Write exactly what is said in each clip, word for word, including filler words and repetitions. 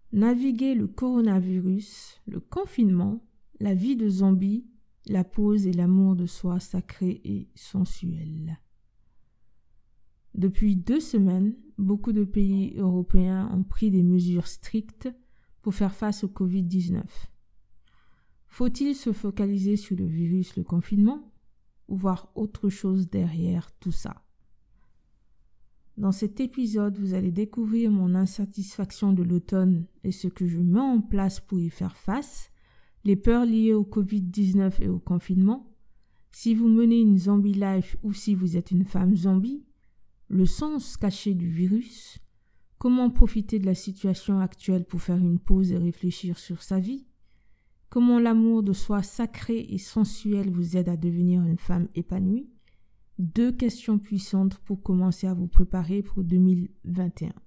naviguer le coronavirus, le confinement, la vie de zombie, la pause et l'amour de soi sacré et sensuel. Depuis deux semaines, beaucoup de pays européens ont pris des mesures strictes pour faire face au covid dix-neuf. Faut-il se focaliser sur le virus, le confinement, ou voir autre chose derrière tout ça? Dans cet épisode, vous allez découvrir mon insatisfaction de l'automne et ce que je mets en place pour y faire face, les peurs liées au covid dix-neuf et au confinement, si vous menez une zombie life ou si vous êtes une femme zombie, le sens caché du virus, comment profiter de la situation actuelle pour faire une pause et réfléchir sur sa vie, comment l'amour de soi sacré et sensuel vous aide à devenir une femme épanouie. Deux questions puissantes pour commencer à vous préparer pour deux mille vingt et un.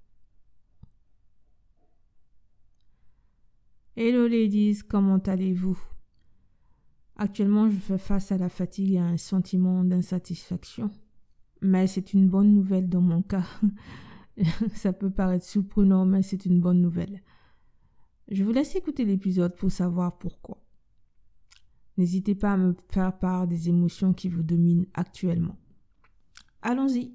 Hello ladies, comment allez-vous? Actuellement, je fais face à la fatigue et à un sentiment d'insatisfaction. Mais c'est une bonne nouvelle dans mon cas. Ça peut paraître surprenant, mais c'est une bonne nouvelle. Je vous laisse écouter l'épisode pour savoir pourquoi. N'hésitez pas à me faire part des émotions qui vous dominent actuellement. Allons-y.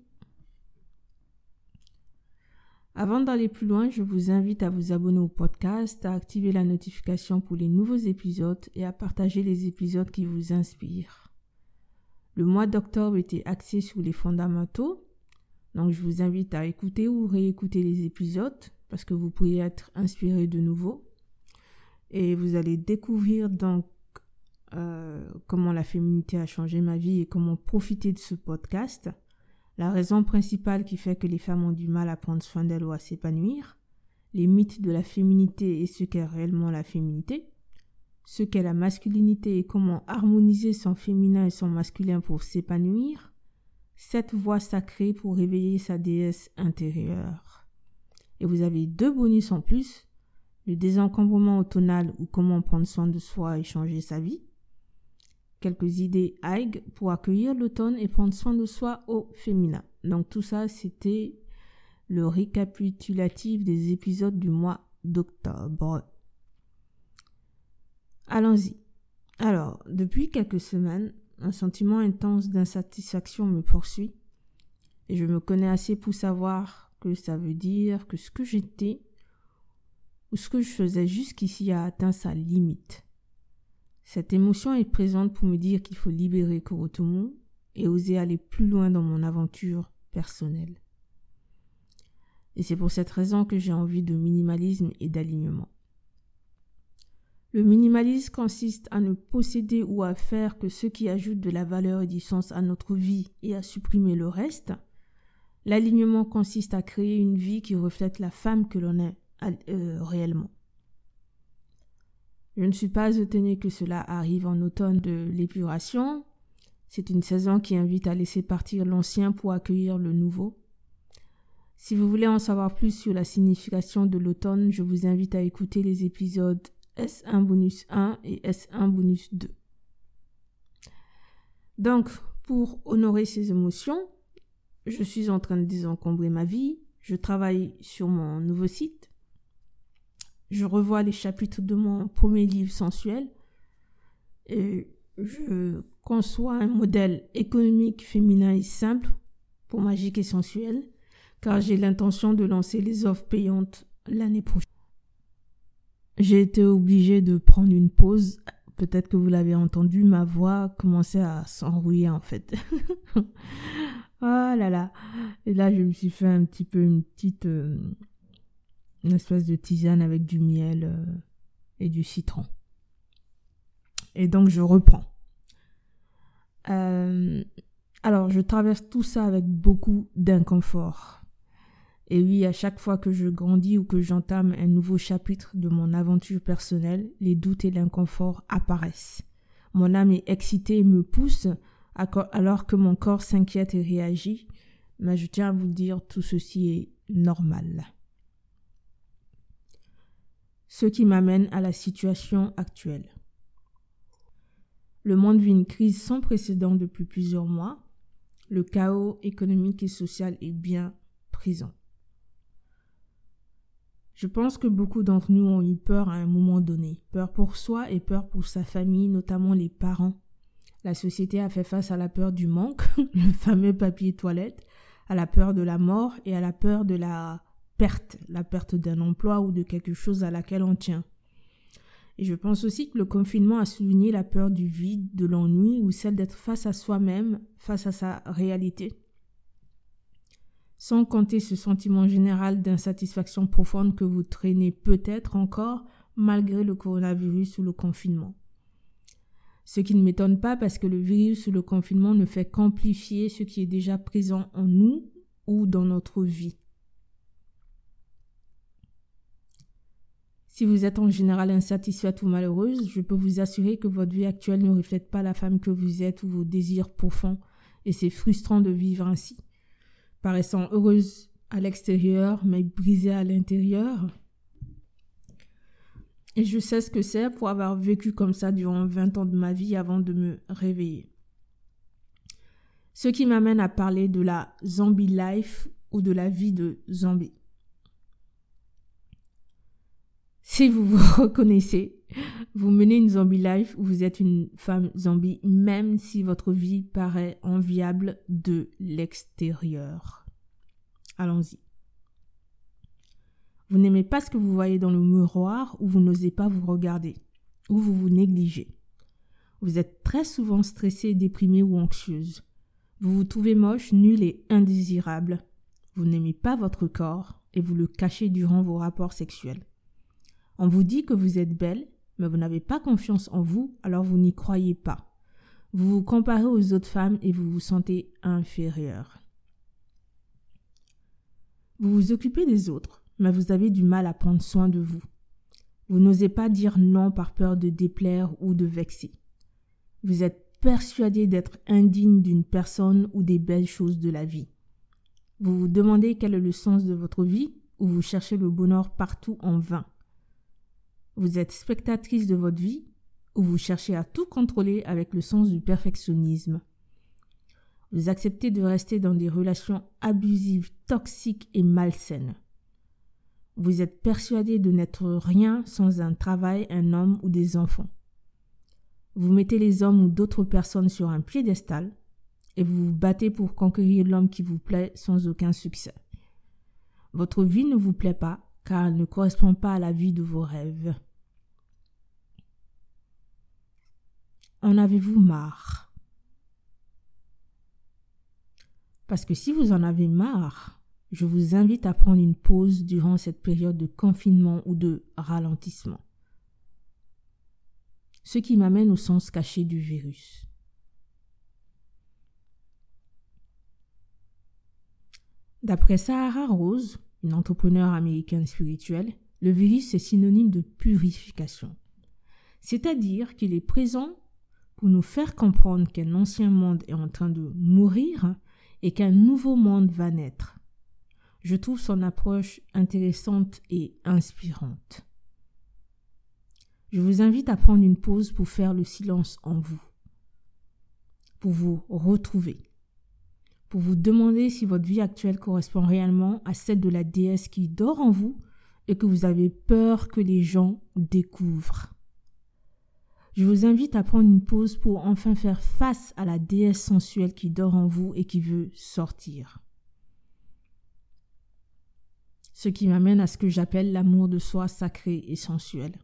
Avant d'aller plus loin, je vous invite à vous abonner au podcast, à activer la notification pour les nouveaux épisodes et à partager les épisodes qui vous inspirent. Le mois d'octobre était axé sur les fondamentaux, donc je vous invite à écouter ou réécouter les épisodes parce que vous pourriez être inspiré de nouveau. Et vous allez découvrir donc euh, comment la féminité a changé ma vie et comment profiter de ce podcast. La raison principale qui fait que les femmes ont du mal à prendre soin d'elles ou à s'épanouir, les mythes de la féminité et ce qu'est réellement la féminité, ce qu'est la masculinité et comment harmoniser son féminin et son masculin pour s'épanouir, sept voies sacrées pour réveiller sa déesse intérieure. Et vous avez deux bonus en plus, le désencombrement automnal ou comment prendre soin de soi et changer sa vie, quelques idées A I G pour accueillir l'automne et prendre soin de soi au féminin. Donc tout ça, c'était le récapitulatif des épisodes du mois d'octobre. Allons-y. Alors, depuis quelques semaines, un sentiment intense d'insatisfaction me poursuit et je me connais assez pour savoir que ça veut dire que ce que j'étais ou ce que je faisais jusqu'ici a atteint sa limite. Cette émotion est présente pour me dire qu'il faut libérer Kurotomo et oser aller plus loin dans mon aventure personnelle. Et c'est pour cette raison que j'ai envie de minimalisme et d'alignement. Le minimalisme consiste à ne posséder ou à faire que ce qui ajoute de la valeur et du sens à notre vie et à supprimer le reste. L'alignement consiste à créer une vie qui reflète la femme que l'on est euh, réellement. Je ne suis pas étonnée que cela arrive en automne de l'épuration. C'est une saison qui invite à laisser partir l'ancien pour accueillir le nouveau. Si vous voulez en savoir plus sur la signification de l'automne, je vous invite à écouter les épisodes S un bonus un et S un bonus deux. Donc, pour honorer ces émotions, je suis en train de désencombrer ma vie. Je travaille sur mon nouveau site. Je revois les chapitres de mon premier livre sensuel et je conçois un modèle économique féminin et simple pour magique et sensuel car j'ai l'intention de lancer les offres payantes l'année prochaine. J'ai été obligée de prendre une pause. Peut-être que vous l'avez entendu, ma voix commençait à s'enrouiller en fait. Ah là là. Et là, je me suis fait un petit peu une petite... Euh, une espèce de tisane avec du miel euh, et du citron. Et donc, je reprends. Euh, alors, je traverse tout ça avec beaucoup d'inconfort. Et oui, à chaque fois que je grandis ou que j'entame un nouveau chapitre de mon aventure personnelle, les doutes et l'inconfort apparaissent. Mon âme est excitée et me pousse alors que mon corps s'inquiète et réagit. Mais je tiens à vous dire, tout ceci est normal. Ce qui m'amène à la situation actuelle. Le monde vit une crise sans précédent depuis plusieurs mois. Le chaos économique et social est bien présent. Je pense que beaucoup d'entre nous ont eu peur à un moment donné. Peur pour soi et peur pour sa famille, notamment les parents. La société a fait face à la peur du manque, le fameux papier toilette, à la peur de la mort et à la peur de la perte, la perte d'un emploi ou de quelque chose à laquelle on tient. Et je pense aussi que le confinement a souligné la peur du vide, de l'ennui ou celle d'être face à soi-même, face à sa réalité. Sans compter ce sentiment général d'insatisfaction profonde que vous traînez peut-être encore malgré le coronavirus ou le confinement. Ce qui ne m'étonne pas parce que le virus ou le confinement ne fait qu'amplifier ce qui est déjà présent en nous ou dans notre vie. Si vous êtes en général insatisfaite ou malheureuse, je peux vous assurer que votre vie actuelle ne reflète pas la femme que vous êtes ou vos désirs profonds et c'est frustrant de vivre ainsi. Paraissant heureuse à l'extérieur, mais brisée à l'intérieur. Et je sais ce que c'est pour avoir vécu comme ça durant vingt ans de ma vie avant de me réveiller. Ce qui m'amène à parler de la zombie life ou de la vie de zombie. Si vous vous reconnaissez, vous menez une zombie life ou vous êtes une femme zombie, même si votre vie paraît enviable de l'extérieur. Allons-y. Vous n'aimez pas ce que vous voyez dans le miroir ou vous n'osez pas vous regarder, ou vous vous négligez. Vous êtes très souvent stressé, déprimé ou anxieuse. Vous vous trouvez moche, nul et indésirable. Vous n'aimez pas votre corps et vous le cachez durant vos rapports sexuels. On vous dit que vous êtes belle, mais vous n'avez pas confiance en vous, alors vous n'y croyez pas. Vous vous comparez aux autres femmes et vous vous sentez inférieure. Vous vous occupez des autres, mais vous avez du mal à prendre soin de vous. Vous n'osez pas dire non par peur de déplaire ou de vexer. Vous êtes persuadé d'être indigne d'une personne ou des belles choses de la vie. Vous vous demandez quel est le sens de votre vie ou vous cherchez le bonheur partout en vain. Vous êtes spectatrice de votre vie ou vous cherchez à tout contrôler avec le sens du perfectionnisme. Vous acceptez de rester dans des relations abusives, toxiques et malsaines. Vous êtes persuadé de n'être rien sans un travail, un homme ou des enfants. Vous mettez les hommes ou d'autres personnes sur un piédestal et vous vous battez pour conquérir l'homme qui vous plaît sans aucun succès. Votre vie ne vous plaît pas car elle ne correspond pas à la vie de vos rêves. En avez-vous marre? Parce que si vous en avez marre, je vous invite à prendre une pause durant cette période de confinement ou de ralentissement. Ce qui m'amène au sens caché du virus. D'après Sahara Rose, une entrepreneure américaine spirituelle, le virus est synonyme de purification. C'est-à-dire qu'il est présent pour nous faire comprendre qu'un ancien monde est en train de mourir et qu'un nouveau monde va naître. Je trouve son approche intéressante et inspirante. Je vous invite à prendre une pause pour faire le silence en vous, pour vous retrouver, pour vous demander si votre vie actuelle correspond réellement à celle de la déesse qui dort en vous et que vous avez peur que les gens découvrent. Je vous invite à prendre une pause pour enfin faire face à la déesse sensuelle qui dort en vous et qui veut sortir. Ce qui m'amène à ce que j'appelle l'amour de soi sacré et sensuel.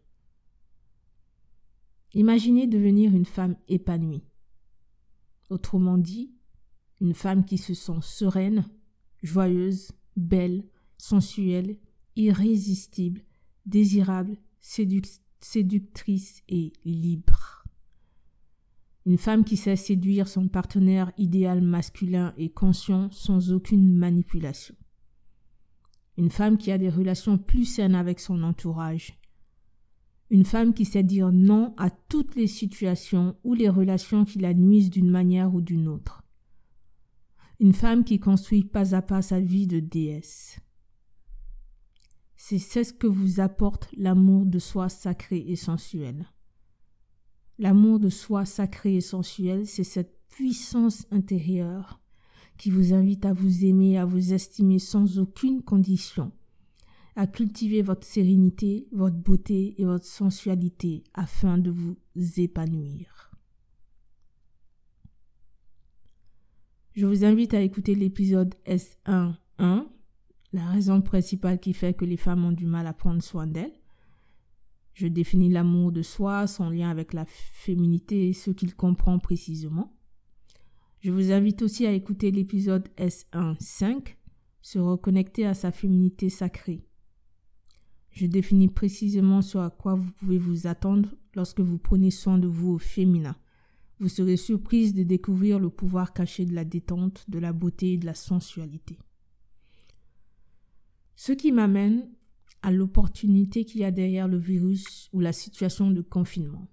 Imaginez devenir une femme épanouie. Autrement dit, une femme qui se sent sereine, joyeuse, belle, sensuelle, irrésistible, désirable, séduc- séductrice et libre. Une femme qui sait séduire son partenaire idéal masculin et conscient sans aucune manipulation. Une femme qui a des relations plus saines avec son entourage. Une femme qui sait dire non à toutes les situations ou les relations qui la nuisent d'une manière ou d'une autre. Une femme qui construit pas à pas sa vie de déesse. C'est, c'est ce que vous apporte l'amour de soi sacré et sensuel. L'amour de soi sacré et sensuel, c'est cette puissance intérieure qui vous invite à vous aimer, à vous estimer sans aucune condition à cultiver votre sérénité, votre beauté et votre sensualité afin de vous épanouir. Je vous invite à écouter l'épisode S un point un, la raison principale qui fait que les femmes ont du mal à prendre soin d'elles. Je définis l'amour de soi, son lien avec la féminité et ce qu'il comprend précisément. Je vous invite aussi à écouter l'épisode S un point cinq, se reconnecter à sa féminité sacrée. Je définis précisément ce à quoi vous pouvez vous attendre lorsque vous prenez soin de vous au féminin. Vous serez surprise de découvrir le pouvoir caché de la détente, de la beauté et de la sensualité. Ce qui m'amène à l'opportunité qu'il y a derrière le virus ou la situation de confinement.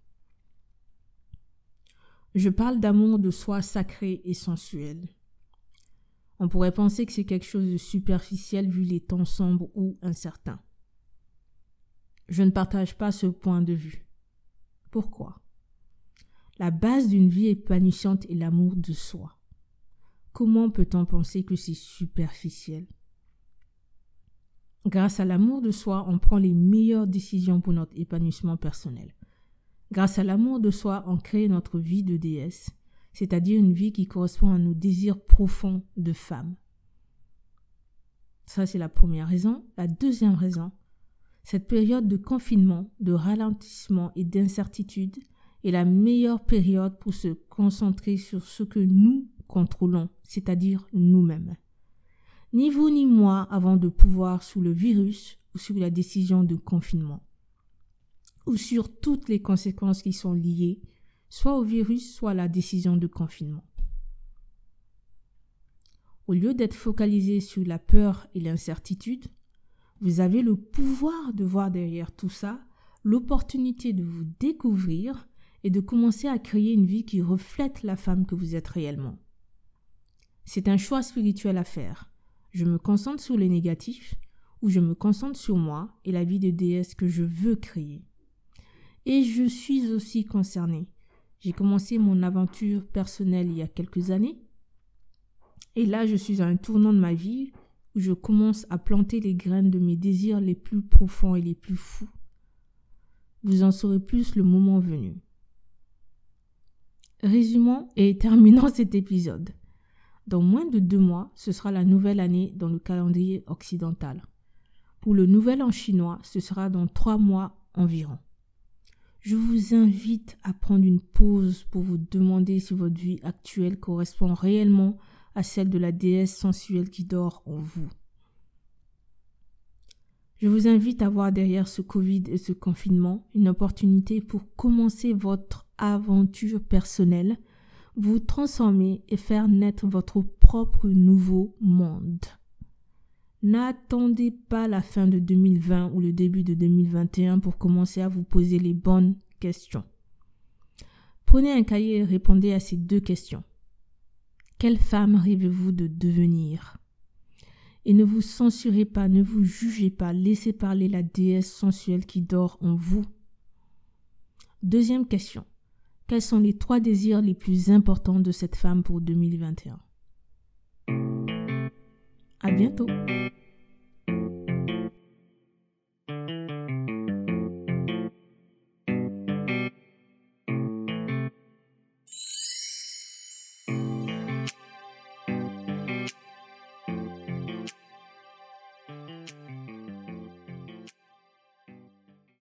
Je parle d'amour de soi sacré et sensuel. On pourrait penser que c'est quelque chose de superficiel vu les temps sombres ou incertains. Je ne partage pas ce point de vue. Pourquoi ? La base d'une vie épanouissante est l'amour de soi. Comment peut-on penser que c'est superficiel ? Grâce à l'amour de soi, on prend les meilleures décisions pour notre épanouissement personnel. Grâce à l'amour de soi, on crée notre vie de déesse, c'est-à-dire une vie qui correspond à nos désirs profonds de femme. Ça, c'est la première raison. La deuxième raison, cette période de confinement, de ralentissement et d'incertitude est la meilleure période pour se concentrer sur ce que nous contrôlons, c'est-à-dire nous-mêmes. Ni vous ni moi avons de pouvoir sur le virus ou sur la décision de confinement, ou sur toutes les conséquences qui sont liées, soit au virus, soit à la décision de confinement. Au lieu d'être focalisé sur la peur et l'incertitude, vous avez le pouvoir de voir derrière tout ça l'opportunité de vous découvrir et de commencer à créer une vie qui reflète la femme que vous êtes réellement. C'est un choix spirituel à faire. Je me concentre sur le négatif ou je me concentre sur moi et la vie de déesse que je veux créer. Et je suis aussi concernée. J'ai commencé mon aventure personnelle il y a quelques années. Et là, je suis à un tournant de ma vie où je commence à planter les graines de mes désirs les plus profonds et les plus fous. Vous en saurez plus le moment venu. Résumons et terminons cet épisode. Dans moins de deux mois, ce sera la nouvelle année dans le calendrier occidental. Pour le nouvel an chinois, ce sera dans trois mois environ. Je vous invite à prendre une pause pour vous demander si votre vie actuelle correspond réellement à celle de la déesse sensuelle qui dort en vous. Je vous invite à voir derrière ce Covid et ce confinement une opportunité pour commencer votre aventure personnelle, vous transformer et faire naître votre propre nouveau monde. N'attendez pas la fin de deux mille vingt ou le début de deux mille vingt et un pour commencer à vous poser les bonnes questions. Prenez un cahier et répondez à ces deux questions. Quelle femme rêvez-vous de devenir ? Et ne vous censurez pas, ne vous jugez pas, laissez parler la déesse sensuelle qui dort en vous. Deuxième question. Quels sont les trois désirs les plus importants de cette femme pour deux mille vingt et un ? À bientôt.